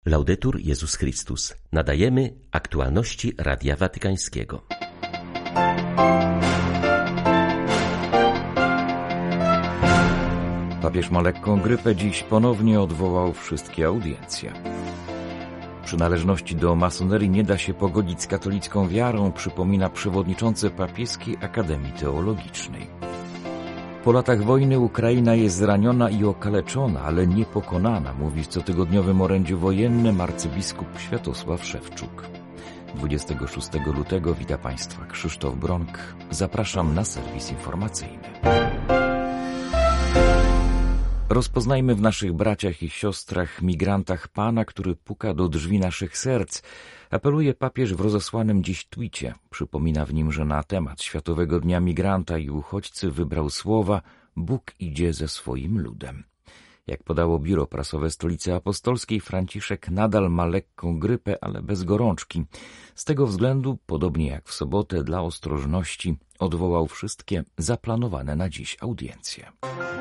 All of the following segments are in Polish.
Laudetur Jezus Chrystus. Nadajemy aktualności Radia Watykańskiego. Papież ma lekką grypę, dziś ponownie odwołał wszystkie audiencje. Przynależności do masonerii nie da się pogodzić z katolicką wiarą, przypomina przewodniczący Papieskiej Akademii Teologicznej. Po latach wojny Ukraina jest zraniona i okaleczona, ale nie pokonana, mówi w cotygodniowym orędziu wojennym arcybiskup Światosław Szewczuk. 26 lutego wita Państwa Krzysztof Bronk. Zapraszam na serwis informacyjny. Rozpoznajmy w naszych braciach i siostrach, migrantach Pana, który puka do drzwi naszych serc. Apeluje papież w rozesłanym dziś twicie. Przypomina w nim, że na temat Światowego Dnia Migranta i Uchodźcy wybrał słowa: Bóg idzie ze swoim ludem. Jak podało biuro prasowe Stolicy Apostolskiej, Franciszek nadal ma lekką grypę, ale bez gorączki. Z tego względu, podobnie jak w sobotę, dla ostrożności odwołał wszystkie zaplanowane na dziś audiencje.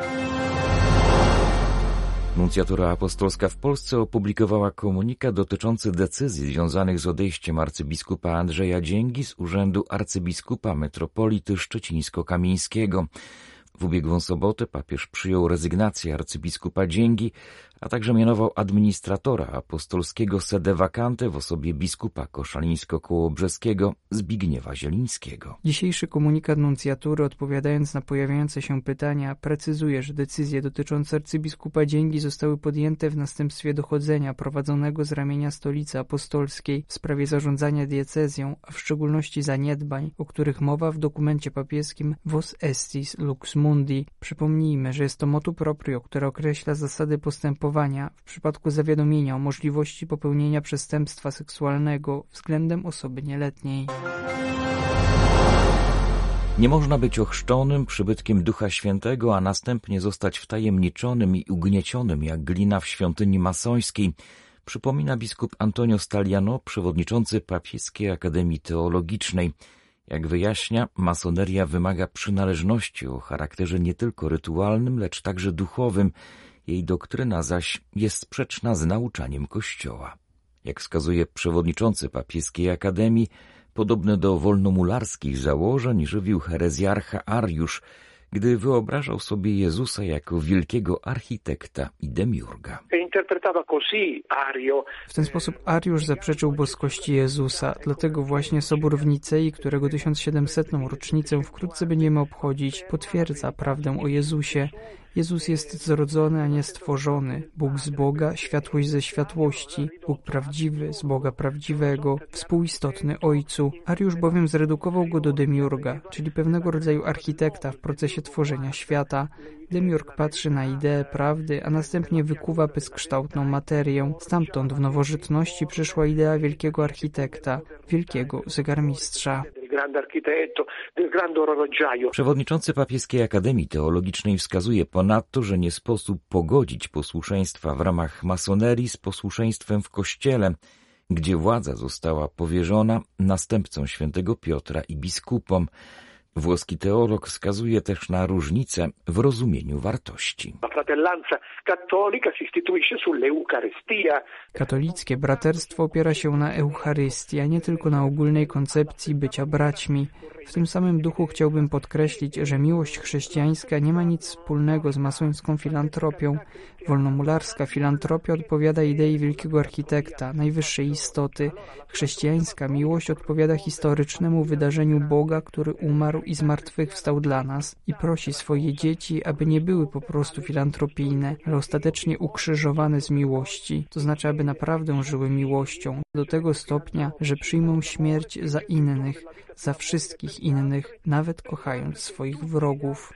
Nuncjatura apostolska w Polsce opublikowała komunikat dotyczący decyzji związanych z odejściem arcybiskupa Andrzeja Dzięgi z urzędu arcybiskupa metropolity szczecińsko-kamieńskiego. W ubiegłą sobotę papież przyjął rezygnację arcybiskupa Dzięgi, a także mianował administratora apostolskiego sede vacante w osobie biskupa koszalińsko-kołobrzeskiego Zbigniewa Zielińskiego. Dzisiejszy komunikat nuncjatury, odpowiadając na pojawiające się pytania, precyzuje, że decyzje dotyczące arcybiskupa Dzięgi zostały podjęte w następstwie dochodzenia prowadzonego z ramienia Stolicy Apostolskiej w sprawie zarządzania diecezją, a w szczególności zaniedbań, o których mowa w dokumencie papieskim Vos Estis Lux Mundi. Przypomnijmy, że jest to motu proprio, które określa zasady postępowania w przypadku zawiadomienia o możliwości popełnienia przestępstwa seksualnego względem osoby nieletniej. Nie można być ochrzczonym przybytkiem Ducha Świętego, a następnie zostać wtajemniczonym i ugniecionym jak glina w świątyni masońskiej, przypomina biskup Antonio Staliano, przewodniczący Papieskiej Akademii Teologicznej. Jak wyjaśnia, masoneria wymaga przynależności o charakterze nie tylko rytualnym, lecz także duchowym. Jej doktryna zaś jest sprzeczna z nauczaniem Kościoła. Jak wskazuje przewodniczący Papieskiej Akademii, podobne do wolnomularskich założeń żywił herezjarcha Ariusz, gdy wyobrażał sobie Jezusa jako wielkiego architekta i demiurga. W ten sposób Ariusz zaprzeczył boskości Jezusa, dlatego właśnie Sobór w Nicei, którego 1700. rocznicę wkrótce będziemy obchodzić, potwierdza prawdę o Jezusie. Jezus jest zrodzony, a nie stworzony. Bóg z Boga, światłość ze światłości. Bóg prawdziwy, z Boga prawdziwego, współistotny Ojcu. Ariusz bowiem zredukował go do demiurga, czyli pewnego rodzaju architekta w procesie tworzenia świata. Demiurg patrzy na ideę prawdy, a następnie wykuwa bezkształtną materię. Stamtąd w nowożytności przyszła idea wielkiego architekta, wielkiego zegarmistrza. Przewodniczący Papieskiej Akademii Teologicznej wskazuje ponadto, że nie sposób pogodzić posłuszeństwa w ramach masonerii z posłuszeństwem w Kościele, gdzie władza została powierzona następcom świętego Piotra i biskupom. Włoski teolog wskazuje też na różnicę w rozumieniu wartości. Katolickie braterstwo opiera się na Eucharystii, a nie tylko na ogólnej koncepcji bycia braćmi. W tym samym duchu chciałbym podkreślić, że miłość chrześcijańska nie ma nic wspólnego z masońską filantropią. Wolnomularska filantropia odpowiada idei wielkiego architekta, najwyższej istoty. Chrześcijańska miłość odpowiada historycznemu wydarzeniu Boga, który umarł i zmartwychwstał dla nas i prosi swoje dzieci, aby nie były po prostu filantropijne, ale ostatecznie ukrzyżowane z miłości, to znaczy, aby naprawdę żyły miłością, do tego stopnia, że przyjmą śmierć za innych, za wszystkich innych, nawet kochając swoich wrogów.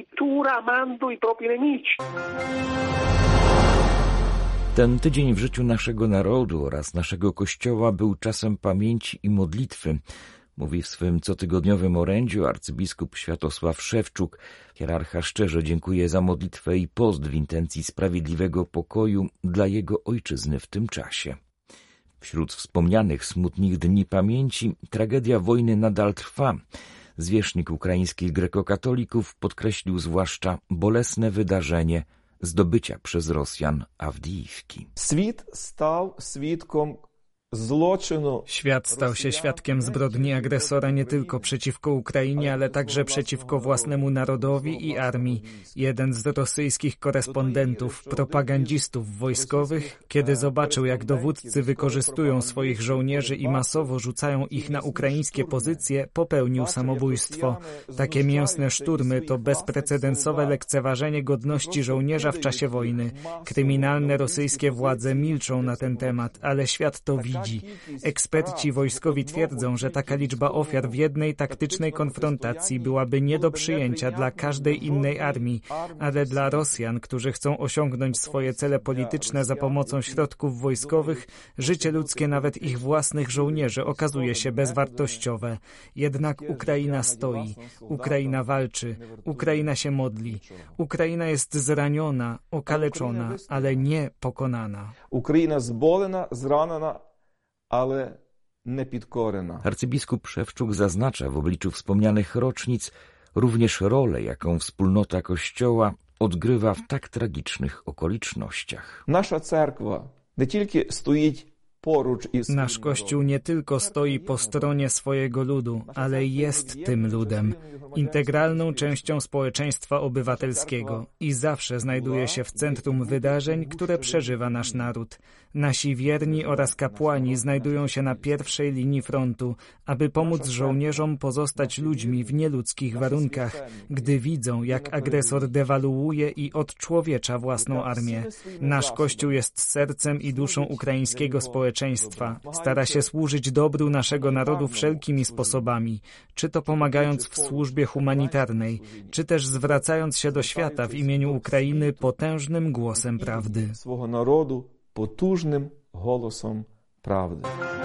Ten tydzień w życiu naszego narodu oraz naszego Kościoła był czasem pamięci i modlitwy, mówi w swym cotygodniowym orędziu arcybiskup Światosław Szewczuk. Hierarcha szczerze dziękuje za modlitwę i post w intencji sprawiedliwego pokoju dla jego ojczyzny w tym czasie. Wśród wspomnianych smutnych dni pamięci tragedia wojny nadal trwa. Zwierzchnik ukraińskich grekokatolików podkreślił zwłaszcza bolesne wydarzenie zdobycia przez Rosjan Awdijiwki. Świat stał się świadkiem zbrodni agresora nie tylko przeciwko Ukrainie, ale także przeciwko własnemu narodowi i armii. Jeden z rosyjskich korespondentów, propagandzistów wojskowych, kiedy zobaczył, jak dowódcy wykorzystują swoich żołnierzy i masowo rzucają ich na ukraińskie pozycje, popełnił samobójstwo. Takie mięsne szturmy to bezprecedensowe lekceważenie godności żołnierza w czasie wojny. Kryminalne rosyjskie władze milczą na ten temat, ale świat to widzi. Eksperci wojskowi twierdzą, że taka liczba ofiar w jednej taktycznej konfrontacji byłaby nie do przyjęcia dla każdej innej armii, ale dla Rosjan, którzy chcą osiągnąć swoje cele polityczne za pomocą środków wojskowych, życie ludzkie nawet ich własnych żołnierzy okazuje się bezwartościowe. Jednak Ukraina stoi, Ukraina walczy, Ukraina się modli. Ukraina jest zraniona, okaleczona, ale nie pokonana. Ukraina zbolena, zranena, ale nie підкорена. Arcybiskup Szewczuk zaznacza w obliczu wspomnianych rocznic również rolę, jaką wspólnota Kościoła odgrywa w tak tragicznych okolicznościach. Nasza cerkwa nie tylko stoi Nasz Kościół nie tylko stoi po stronie swojego ludu, ale jest tym ludem, integralną częścią społeczeństwa obywatelskiego i zawsze znajduje się w centrum wydarzeń, które przeżywa nasz naród. Nasi wierni oraz kapłani znajdują się na pierwszej linii frontu, aby pomóc żołnierzom pozostać ludźmi w nieludzkich warunkach, gdy widzą, jak agresor dewaluuje i odczłowiecza własną armię. Nasz Kościół jest sercem i duszą ukraińskiego społeczeństwa. Stara się służyć dobru naszego narodu wszelkimi sposobami, czy to pomagając w służbie humanitarnej, czy też zwracając się do świata w imieniu Ukrainy potężnym głosem prawdy. Swego narodu potężnym głosem prawdy.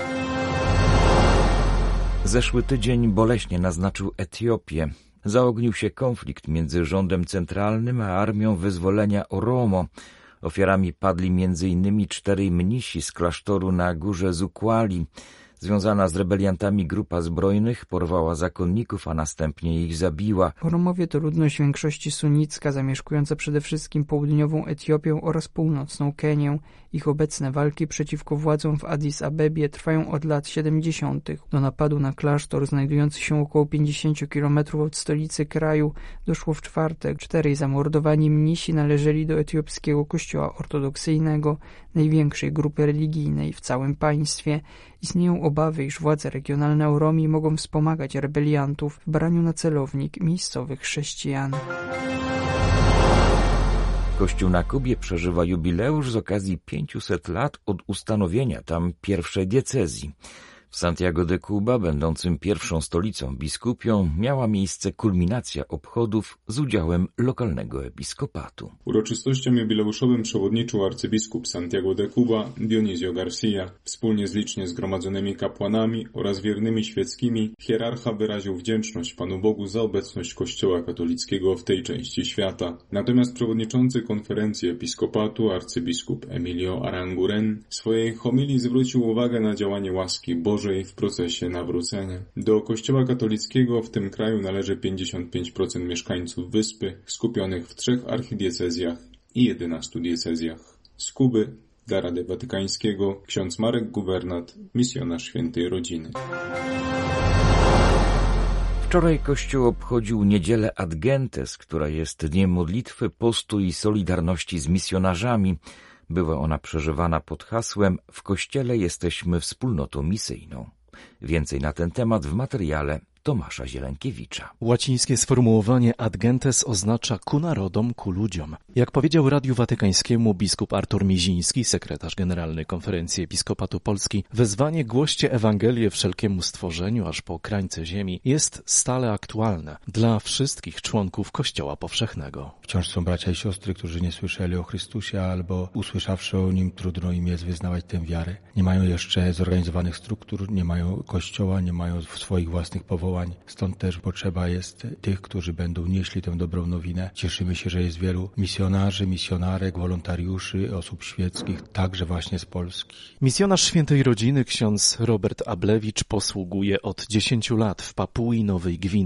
Zeszły tydzień boleśnie naznaczył Etiopię. Zaognił się konflikt między rządem centralnym a armią wyzwolenia Oromo. Ofiarami padli m.in. 4 mnisi z klasztoru na górze Zukwali. Związana z rebeliantami grupa zbrojnych porwała zakonników, a następnie ich zabiła. Oromowie to ludność większości sunnicka, zamieszkująca przede wszystkim południową Etiopię oraz północną Kenię. Ich obecne walki przeciwko władzom w Addis Abebie trwają od lat 70. Do napadu na klasztor, znajdujący się około 50 km od stolicy kraju, doszło w czwartek. 4 zamordowani mnisi należeli do etiopskiego kościoła ortodoksyjnego, największej grupy religijnej w całym państwie. Istnieją obawy, iż władze regionalne Oromii mogą wspomagać rebeliantów w braniu na celownik miejscowych chrześcijan. Kościół na Kubie przeżywa jubileusz z okazji 500 lat od ustanowienia tam pierwszej diecezji. W Santiago de Cuba, będącym pierwszą stolicą biskupią, miała miejsce kulminacja obchodów z udziałem lokalnego episkopatu. Uroczystościom jubileuszowym przewodniczył arcybiskup Santiago de Cuba Dionisio Garcia. Wspólnie z licznie zgromadzonymi kapłanami oraz wiernymi świeckimi hierarcha wyraził wdzięczność Panu Bogu za obecność Kościoła katolickiego w tej części świata. Natomiast przewodniczący konferencji episkopatu arcybiskup Emilio Aranguren w swojej homilii zwrócił uwagę na działanie łaski Bożej w procesie nawrócenia. Do Kościoła katolickiego w tym kraju należy 55% mieszkańców wyspy, skupionych w 3 archidiecezjach i 11 diecezjach. Z Kuby dla Rady Watykańskiego ksiądz Marek Guwernat, misjonarz Świętej Rodziny. Wczoraj Kościół obchodził niedzielę Ad Gentes, która jest dniem modlitwy, postu i solidarności z misjonarzami. Była ona przeżywana pod hasłem „W Kościele jesteśmy wspólnotą misyjną”. Więcej na ten temat w materiale Tomasza Zielękiewicza. Łacińskie sformułowanie ad gentes oznacza ku narodom, ku ludziom. Jak powiedział Radiu Watykańskiemu biskup Artur Miziński, sekretarz generalny Konferencji Episkopatu Polski, wezwanie głoście Ewangelię wszelkiemu stworzeniu, aż po krańce ziemi, jest stale aktualne dla wszystkich członków Kościoła Powszechnego. Wciąż są bracia i siostry, którzy nie słyszeli o Chrystusie, albo usłyszawszy o Nim, trudno im jest wyznawać tę wiarę. Nie mają jeszcze zorganizowanych struktur, nie mają Kościoła, nie mają swoich własnych powołań. Stąd też potrzeba jest tych, którzy będą nieśli tę dobrą nowinę. Cieszymy się, że jest wielu misjonarzy, misjonarek, wolontariuszy, osób świeckich, także właśnie z Polski. Misjonarz Świętej Rodziny ksiądz Robert Ablewicz posługuje od 10 lat w Papui Nowej Gwinei.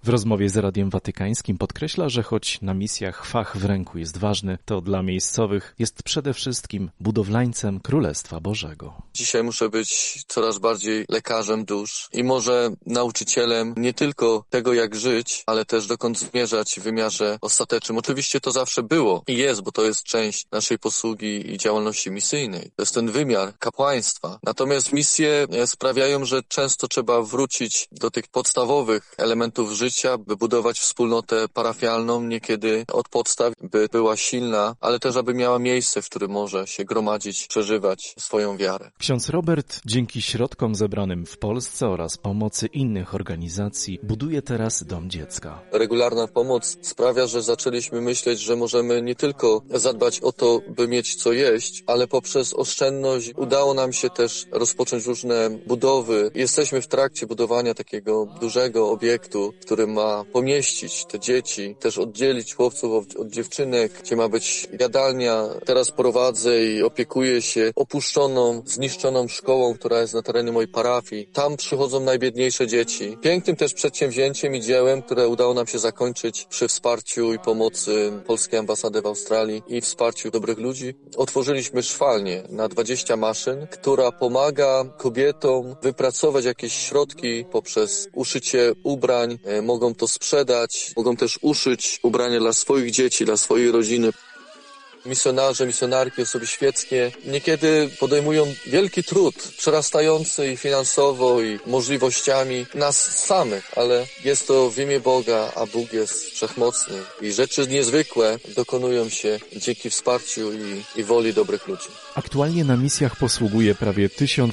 W rozmowie z Radiem Watykańskim podkreśla, że choć na misjach fach w ręku jest ważny, to dla miejscowych jest przede wszystkim budowlańcem Królestwa Bożego. Dzisiaj muszę być coraz bardziej lekarzem dusz i może nauczycielem nie tylko tego, jak żyć, ale też dokąd zmierzać w wymiarze ostatecznym. Oczywiście to zawsze było i jest, bo to jest część naszej posługi i działalności misyjnej. To jest ten wymiar kapłaństwa. Natomiast misje sprawiają, że często trzeba wrócić do tych podstawowych elementów życia, by budować wspólnotę parafialną, niekiedy od podstaw, by była silna, ale też aby miała miejsce, w którym może się gromadzić, przeżywać swoją wiarę. Ksiądz Robert dzięki środkom zebranym w Polsce oraz pomocy innych organizacji buduje teraz Dom Dziecka. Regularna pomoc sprawia, że zaczęliśmy myśleć, że możemy nie tylko zadbać o to, by mieć co jeść, ale poprzez oszczędność udało nam się też rozpocząć różne budowy. Jesteśmy w trakcie budowania takiego dużego obiektu, który ma pomieścić te dzieci, też oddzielić chłopców od dziewczynek, gdzie ma być jadalnia. Teraz prowadzę i opiekuję się opuszczoną, zniszczoną szkołą, która jest na terenie mojej parafii. Tam przychodzą najbiedniejsze dzieci. Pięknym też przedsięwzięciem i dziełem, które udało nam się zakończyć przy wsparciu i pomocy Polskiej Ambasady w Australii i wsparciu dobrych ludzi. Otworzyliśmy szwalnię na 20 maszyn, która pomaga kobietom wypracować jakieś środki poprzez uszycie ubrań. Mogą to sprzedać, mogą też uszyć ubrania dla swoich dzieci, dla swojej rodziny. Misjonarze, misjonarki, osoby świeckie niekiedy podejmują wielki trud, przerastający i finansowo, i możliwościami nas samych, ale jest to w imię Boga, a Bóg jest wszechmocny i rzeczy niezwykłe dokonują się dzięki wsparciu i woli dobrych ludzi. Aktualnie na misjach posługuje prawie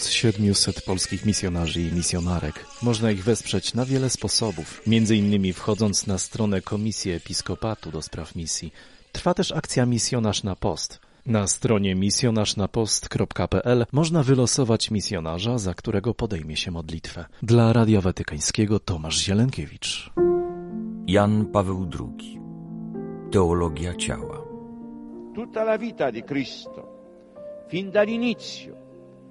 1700 polskich misjonarzy i misjonarek. Można ich wesprzeć na wiele sposobów, między innymi wchodząc na stronę Komisji Episkopatu do spraw misji. Trwa też akcja Misjonarz na Post. Na stronie misjonarznapost.pl można wylosować misjonarza, za którego podejmie się modlitwę. Dla Radia Watykańskiego Tomasz Zielenkiewicz. Jan Paweł II. Teologia ciała. Tutta la vita di Cristo, fin dall'inizio,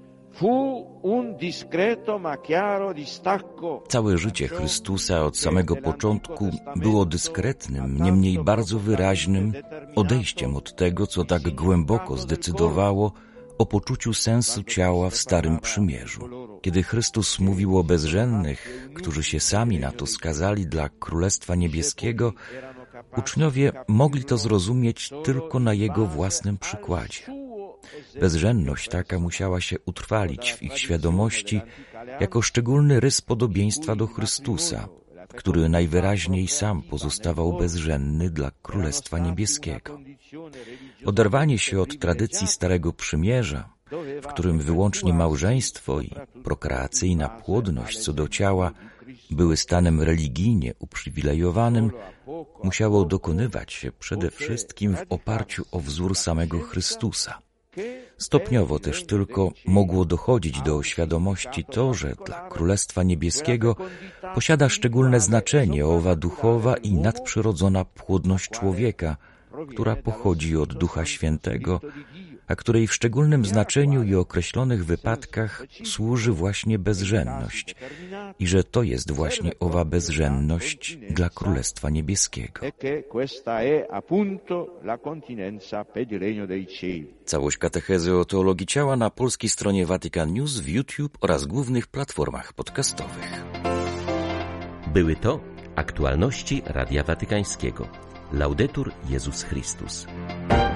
fu un discreto ma chiaro distacco. Całe życie Chrystusa od samego początku było dyskretnym, niemniej bardzo wyraźnym odejściem od tego, co tak głęboko zdecydowało o poczuciu sensu ciała w Starym Przymierzu. Kiedy Chrystus mówił o bezżennych, którzy się sami na to skazali dla Królestwa Niebieskiego, uczniowie mogli to zrozumieć tylko na Jego własnym przykładzie. Bezżenność taka musiała się utrwalić w ich świadomości jako szczególny rys podobieństwa do Chrystusa, który najwyraźniej sam pozostawał bezżenny dla Królestwa Niebieskiego. Oderwanie się od tradycji Starego Przymierza, w którym wyłącznie małżeństwo i prokreacyjna płodność co do ciała były stanem religijnie uprzywilejowanym, musiało dokonywać się przede wszystkim w oparciu o wzór samego Chrystusa. Stopniowo też tylko mogło dochodzić do świadomości to, że dla Królestwa Niebieskiego posiada szczególne znaczenie owa duchowa i nadprzyrodzona płodność człowieka, która pochodzi od Ducha Świętego, a której w szczególnym znaczeniu i określonych wypadkach służy właśnie bezżenność i że to jest właśnie owa bezżenność dla Królestwa Niebieskiego. Całość katechezy o teologii ciała na polskiej stronie Vatican News, w YouTube oraz głównych platformach podcastowych. Były to aktualności Radia Watykańskiego. Laudetur Jezus Chrystus.